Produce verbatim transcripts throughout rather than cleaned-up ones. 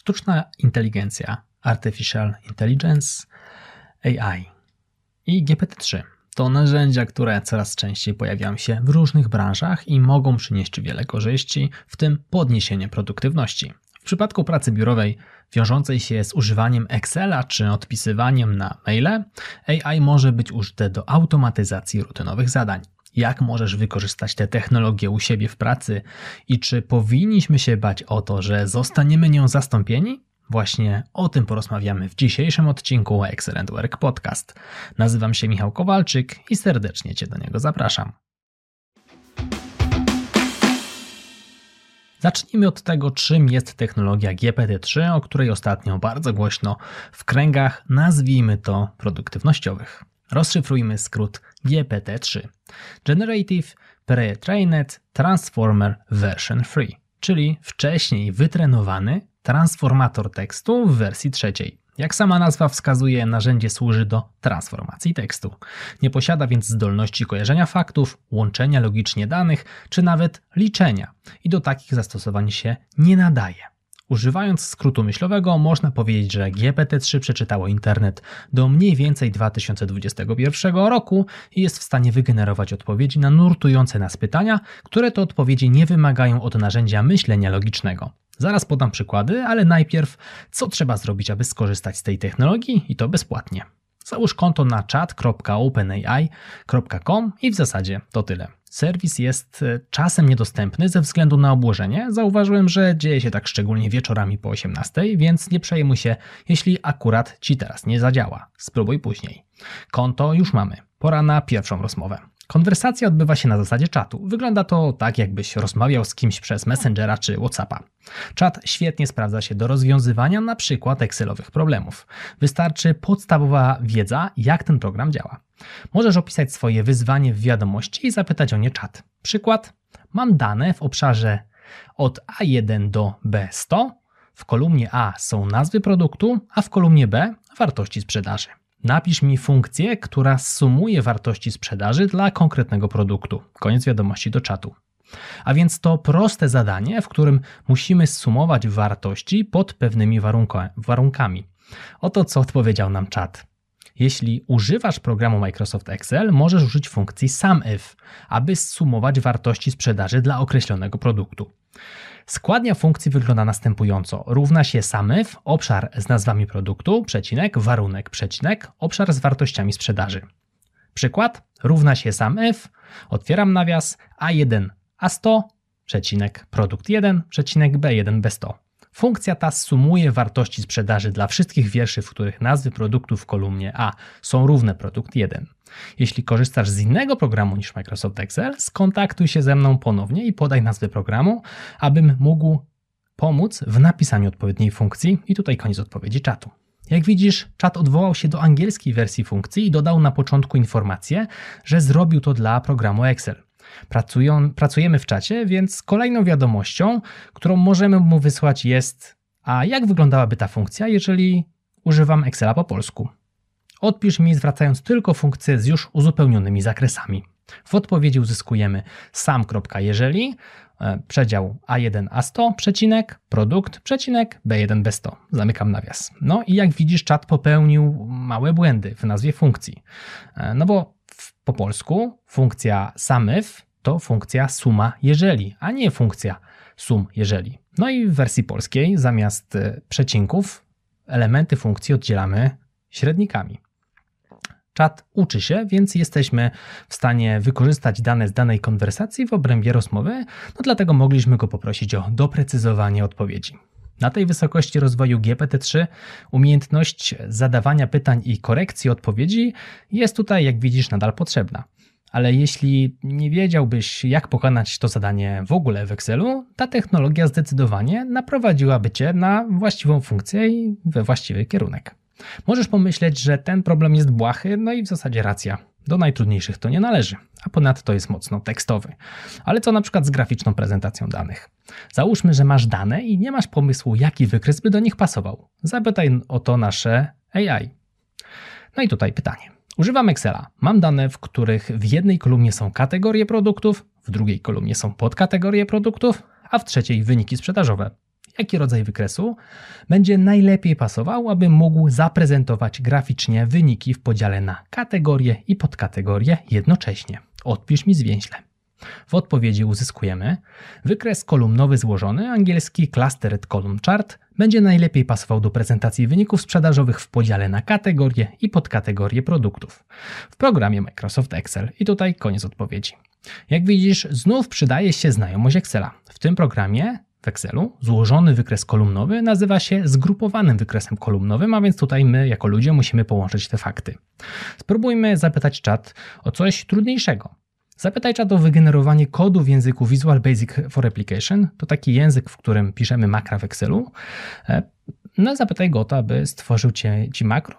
sztuczna inteligencja, Artificial Intelligence, A I i G P T trzy. To narzędzia, które coraz częściej pojawiają się w różnych branżach i mogą przynieść wiele korzyści, w tym podniesienie produktywności. W przypadku pracy biurowej wiążącej się z używaniem Excela czy odpisywaniem na maile, A I może być użyte do automatyzacji rutynowych zadań. Jak możesz wykorzystać te technologie u siebie w pracy i czy powinniśmy się bać o to, że zostaniemy nią zastąpieni? Właśnie o tym porozmawiamy w dzisiejszym odcinku Excellent Work Podcast. Nazywam się Michał Kowalczyk i serdecznie Cię do niego zapraszam. Zacznijmy od tego, czym jest technologia G P T trzy, o której ostatnio bardzo głośno w kręgach, nazwijmy to, produktywnościowych. Rozszyfrujmy skrót G P T trzy. Generative Pre-trained Transformer Version trzy, czyli wcześniej wytrenowany transformator tekstu w wersji trzeciej. Jak sama nazwa wskazuje, narzędzie służy do transformacji tekstu. Nie posiada więc zdolności kojarzenia faktów, łączenia logicznie danych, czy nawet liczenia i do takich zastosowań się nie nadaje. Używając skrótu myślowego można powiedzieć, że G P T trzy przeczytało internet do mniej więcej dwa tysiące dwudziestego pierwszego roku i jest w stanie wygenerować odpowiedzi na nurtujące nas pytania, które to odpowiedzi nie wymagają od narzędzia myślenia logicznego. Zaraz podam przykłady, ale najpierw co trzeba zrobić, aby skorzystać z tej technologii i to bezpłatnie. Załóż konto na chat kropka openai kropka com i w zasadzie to tyle. Serwis jest czasem niedostępny ze względu na obłożenie. Zauważyłem, że dzieje się tak szczególnie wieczorami po osiemnastej, więc nie przejmuj się, jeśli akurat Ci teraz nie zadziała. Spróbuj później. Konto już mamy. Pora na pierwszą rozmowę. Konwersacja odbywa się na zasadzie czatu. Wygląda to tak, jakbyś rozmawiał z kimś przez Messengera czy WhatsAppa. Czat świetnie sprawdza się do rozwiązywania na przykład Excelowych problemów. Wystarczy podstawowa wiedza, jak ten program działa. Możesz opisać swoje wyzwanie w wiadomości i zapytać o nie czat. Przykład. Mam dane w obszarze od A jeden do B sto. W kolumnie A są nazwy produktu, a w kolumnie B wartości sprzedaży. Napisz mi funkcję, która sumuje wartości sprzedaży dla konkretnego produktu. Koniec wiadomości do czatu. A więc to proste zadanie, w którym musimy sumować wartości pod pewnymi warunka- warunkami. Oto co odpowiedział nam czat. Jeśli używasz programu Microsoft Excel, możesz użyć funkcji SUMIF, aby sumować wartości sprzedaży dla określonego produktu. Składnia funkcji wygląda następująco. Równa się SUMIF, obszar z nazwami produktu, przecinek, warunek, przecinek, obszar z wartościami sprzedaży. Przykład. Równa się SUMIF, otwieram nawias, A jeden A sto, przecinek, produkt jeden, przecinek, B jeden B sto. Funkcja ta sumuje wartości sprzedaży dla wszystkich wierszy, w których nazwy produktów w kolumnie A są równe produkt jeden. Jeśli korzystasz z innego programu niż Microsoft Excel, skontaktuj się ze mną ponownie i podaj nazwę programu, abym mógł pomóc w napisaniu odpowiedniej funkcji. I tutaj koniec odpowiedzi czatu. Jak widzisz, czat odwołał się do angielskiej wersji funkcji i dodał na początku informację, że zrobił to dla programu Excel. Pracują, pracujemy w czacie, więc kolejną wiadomością, którą możemy mu wysłać jest: a jak wyglądałaby ta funkcja, jeżeli używam Excela po polsku? Odpisz mi, zwracając tylko funkcję z już uzupełnionymi zakresami. W odpowiedzi uzyskujemy sam.jeżeli, przedział A jeden A sto, przecinek, produkt, przecinek, B jeden B sto. Zamykam nawias. No i jak widzisz, czat popełnił małe błędy w nazwie funkcji. No bo w, po polsku funkcja SUMIF to funkcja suma jeżeli, a nie funkcja sum jeżeli. No i w wersji polskiej zamiast przecinków elementy funkcji oddzielamy średnikami. Czat uczy się, więc jesteśmy w stanie wykorzystać dane z danej konwersacji w obrębie rozmowy, no dlatego mogliśmy go poprosić o doprecyzowanie odpowiedzi. Na tej wysokości rozwoju G P T trzy umiejętność zadawania pytań i korekcji odpowiedzi jest tutaj, jak widzisz, nadal potrzebna. Ale jeśli nie wiedziałbyś, jak pokonać to zadanie w ogóle w Excelu, ta technologia zdecydowanie naprowadziłaby Cię na właściwą funkcję i we właściwy kierunek. Możesz pomyśleć, że ten problem jest błahy, no i w zasadzie racja. Do najtrudniejszych to nie należy, a ponadto jest mocno tekstowy. Ale co na przykład z graficzną prezentacją danych? Załóżmy, że masz dane i nie masz pomysłu, jaki wykres by do nich pasował. Zapytaj o to nasze A I. No i tutaj pytanie. Używam Excela. Mam dane, w których w jednej kolumnie są kategorie produktów, w drugiej kolumnie są podkategorie produktów, a w trzeciej wyniki sprzedażowe. jaki rodzaj wykresu będzie najlepiej pasował, aby mógł zaprezentować graficznie wyniki w podziale na kategorie i podkategorie jednocześnie. Odpisz mi zwięźle. W odpowiedzi uzyskujemy wykres kolumnowy złożony, angielski Clustered Column Chart, będzie najlepiej pasował do prezentacji wyników sprzedażowych w podziale na kategorie i podkategorie produktów w programie Microsoft Excel. I tutaj koniec odpowiedzi. Jak widzisz, znów przydaje się znajomość Excela. W tym programie w Excelu złożony wykres kolumnowy nazywa się zgrupowanym wykresem kolumnowym, a więc tutaj my jako ludzie musimy połączyć te fakty. Spróbujmy zapytać czat o coś trudniejszego. Zapytaj czat o wygenerowanie kodu w języku Visual Basic for Application. To taki język, w którym piszemy makra w Excelu. No, zapytaj go o to, aby stworzył ci, ci makro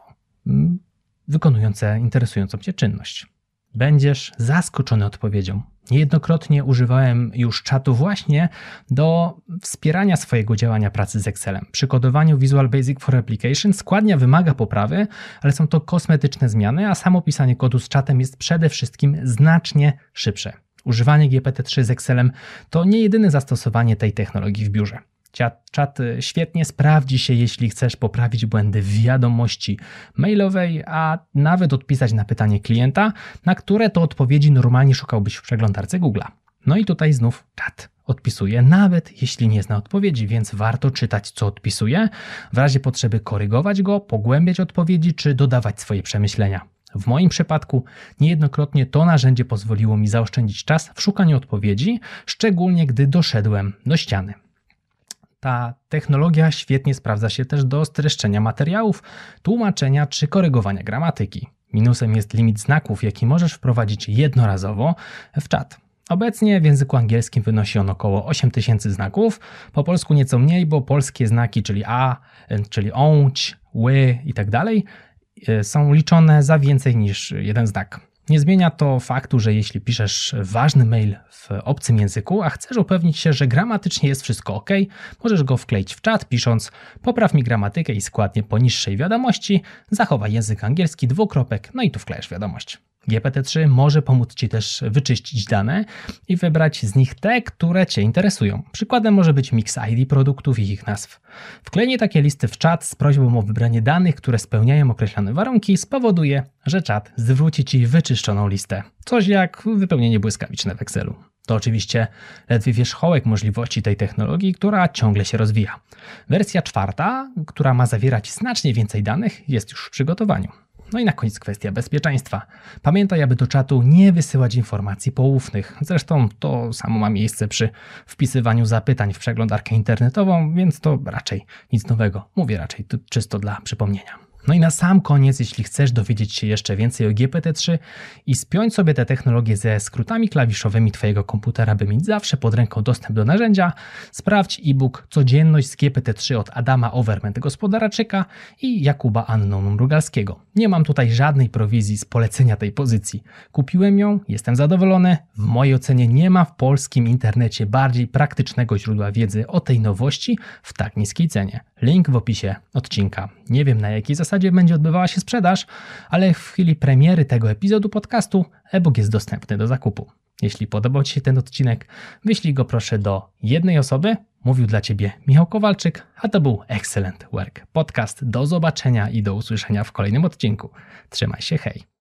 wykonujące interesującą Cię czynność. Będziesz zaskoczony odpowiedzią. Niejednokrotnie używałem już czatu właśnie do wspierania swojego działania pracy z Excelem. Przy kodowaniu Visual Basic for Application składnia wymaga poprawy, ale są to kosmetyczne zmiany, a samo pisanie kodu z czatem jest przede wszystkim znacznie szybsze. Używanie G P T trzy z Excelem to nie jedyne zastosowanie tej technologii w biurze. Czat świetnie sprawdzi się, jeśli chcesz poprawić błędy w wiadomości mailowej, a nawet odpisać na pytanie klienta, na które to odpowiedzi normalnie szukałbyś w przeglądarce Google'a. No i tutaj znów czat odpisuje, nawet jeśli nie zna odpowiedzi, więc warto czytać, co odpisuje, w razie potrzeby korygować go, pogłębiać odpowiedzi czy dodawać swoje przemyślenia. W moim przypadku niejednokrotnie to narzędzie pozwoliło mi zaoszczędzić czas w szukaniu odpowiedzi, szczególnie gdy doszedłem do ściany. Ta technologia świetnie sprawdza się też do streszczenia materiałów, tłumaczenia czy korygowania gramatyki. Minusem jest limit znaków, jaki możesz wprowadzić jednorazowo w czat. Obecnie w języku angielskim wynosi on około osiem tysięcy znaków, po polsku nieco mniej, bo polskie znaki, czyli a, czyli ąć, ły i tak dalej, są liczone za więcej niż jeden znak. Nie zmienia to faktu, że jeśli piszesz ważny mail w obcym języku, a chcesz upewnić się, że gramatycznie jest wszystko ok, możesz go wkleić w czat pisząc popraw mi gramatykę i składnię poniższej wiadomości, zachowaj język angielski, dwukropek, no i tu wklejesz wiadomość. G P T trzy może pomóc Ci też wyczyścić dane i wybrać z nich te, które Cię interesują. Przykładem może być mix I D produktów i ich nazw. Wklejenie takiej listy w czat z prośbą o wybranie danych, które spełniają określone warunki, spowoduje, że czat zwróci Ci wyczyszczoną listę. Coś jak wypełnienie błyskawiczne w Excelu. To oczywiście ledwie wierzchołek możliwości tej technologii, która ciągle się rozwija. Wersja czwarta, która ma zawierać znacznie więcej danych, jest już w przygotowaniu. No i na koniec kwestia bezpieczeństwa. Pamiętaj, aby do czatu nie wysyłać informacji poufnych. Zresztą to samo ma miejsce przy wpisywaniu zapytań w przeglądarkę internetową, więc to raczej nic nowego. Mówię raczej to czysto dla przypomnienia. No i na sam koniec, jeśli chcesz dowiedzieć się jeszcze więcej o G P T trzy i spiąć sobie tę technologię ze skrótami klawiszowymi Twojego komputera, by mieć zawsze pod ręką dostęp do narzędzia, sprawdź e-book Codzienność z G P T trzy od Adama Overment-Gospodarczyka i Jakuba Anną-Mrugalskiego. Nie mam tutaj żadnej prowizji z polecenia tej pozycji. Kupiłem ją, jestem zadowolony. W mojej ocenie nie ma w polskim internecie bardziej praktycznego źródła wiedzy o tej nowości w tak niskiej cenie. Link w opisie odcinka. Nie wiem, na jakiej zasadzie będzie odbywała się sprzedaż, ale w chwili premiery tego epizodu podcastu e-book jest dostępny do zakupu. Jeśli podobał Ci się ten odcinek, wyślij go proszę do jednej osoby. Mówił dla Ciebie Michał Kowalczyk, a to był Excellent Work Podcast. Do zobaczenia i do usłyszenia w kolejnym odcinku. Trzymaj się, hej!